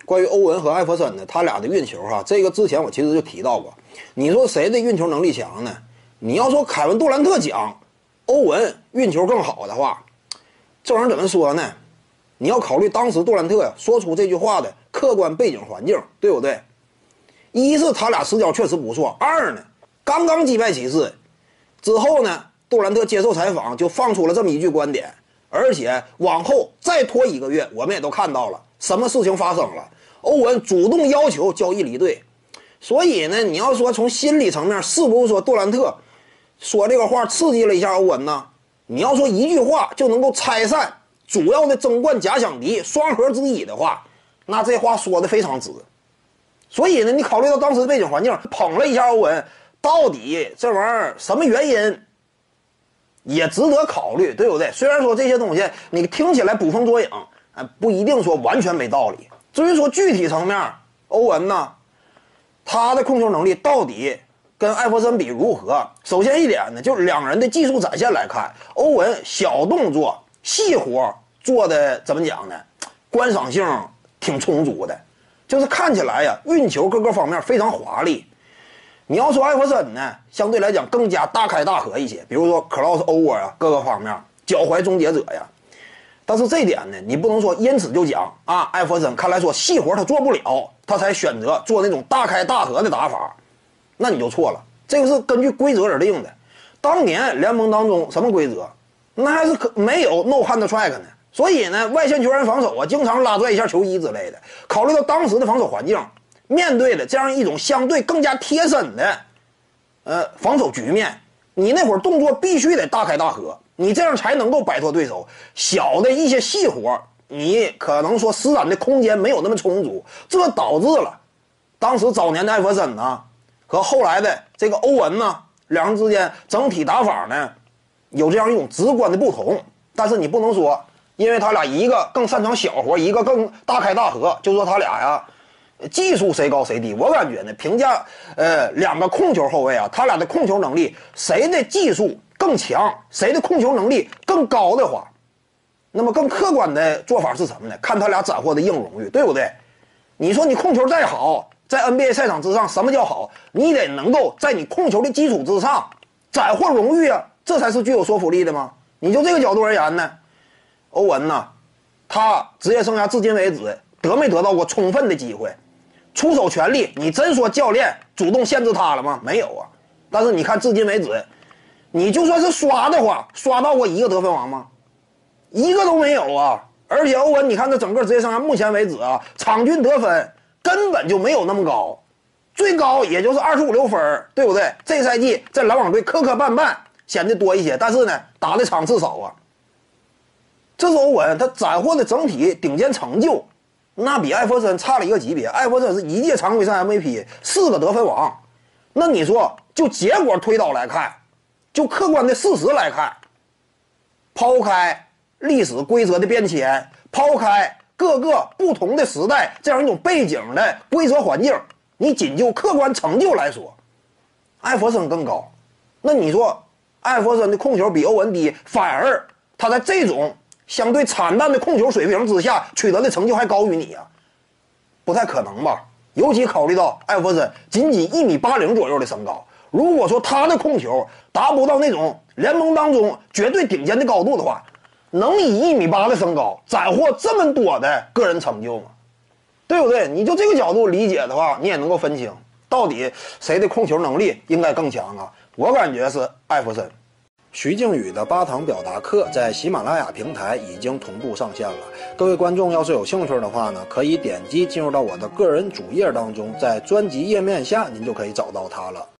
关于欧文和艾弗森呢，他俩的运球这个之前我其实就提到过。你说谁的运球能力强呢？你要说凯文杜兰特讲欧文运球更好的话，这玩意儿怎么说呢？你要考虑当时杜兰特说出这句话的客观背景环境，对不对？一是他俩实交确实不错，二呢，刚刚击败骑士之后呢，杜兰特接受采访就放出了这么一句观点，而且往后再拖1个月，我们也都看到了什么事情发生了。欧文主动要求交易离队，所以呢，你要说从心理层面，是不是说杜兰特说这个话刺激了一下欧文呢？你要说一句话就能够拆散主要的争冠假想敌双核之一的话，那这话说的非常直。所以呢，你考虑到当时的背景环境，捧了一下欧文，到底这玩意儿什么原因也值得考虑，对不对？虽然说这些东西你听起来捕风捉影，不一定说完全没道理。至于说具体层面，欧文呢，他的控球能力到底跟艾弗森比如何？首先一点呢，就是两人的技术展现来看，欧文小动作细活做的怎么讲呢？观赏性挺充足的，就是看起来呀，运球各个方面非常华丽。你要说艾弗森呢，相对来讲更加大开大合一些，比如说 crossover 啊，各个方面脚踝终结者呀。但是这点呢，你不能说因此就讲艾弗森看来说细活他做不了，他才选择做那种大开大合的打法，那你就错了。这个是根据规则而定的。当年联盟当中什么规则？那还是没有 no hand track 呢。所以呢，外线球员防守经常拉拽一下球衣之类的。考虑到当时的防守环境，面对的这样一种相对更加贴身的防守局面，你那会儿动作必须得大开大合，你这样才能够摆脱对手。小的一些细活，你可能说施展的空间没有那么充足，这导致了当时早年的艾弗森呢和后来的这个欧文呢，两人之间整体打法呢有这样一种直观的不同。但是你不能说因为他俩一个更擅长小活，一个更大开大合，就说他俩呀技术谁高谁低。我感觉呢，评价两个控球后卫他俩的控球能力谁的技术更强，谁的控球能力更高的话，那么更客观的做法是什么呢？看他俩斩获的硬荣誉，对不对？你说你控球再好，在 NBA 赛场之上，什么叫好？你得能够在你控球的基础之上斩获荣誉啊，这才是具有说服力的吗？你就这个角度而言呢，欧文呢，他职业生涯至今为止得没得到过充分的机会？出手全力，你真说教练主动限制他了吗？没有啊。但是你看至今为止，你就算是刷的话，刷到过一个得分王吗？一个都没有啊。而且欧文，你看他整个职业生涯目前为止场均得分根本就没有那么高，最高也就是25、6分，对不对？这赛季在篮网队磕磕绊绊显得多一些，但是呢，打的场次少啊。这是欧文他斩获的整体顶尖成就，那比艾弗森差了一个级别。艾弗森是1届常规赛 MVP， 4个得分王。那你说就结果推导来看，就客观的事实来看，抛开历史规则的变迁，抛开各个不同的时代这样一种背景的规则环境，你仅就客观成就来说，艾弗森更高。那你说艾弗森的控球比欧文低，反而他在这种相对惨淡的控球水平之下取得的成就还高于你啊？不太可能吧。尤其考虑到艾弗森仅仅1.80米左右的身高，如果说他的控球达不到那种联盟当中绝对顶尖的高度的话，能以1.8米的身高斩获这么多的个人成就吗？对不对？你就这个角度理解的话，你也能够分清到底谁的控球能力应该更强啊？我感觉是艾弗森。徐静宇的8堂表达课在喜马拉雅平台已经同步上线了，各位观众要是有兴趣的话呢，可以点击进入到我的个人主页当中，在专辑页面下您就可以找到它了。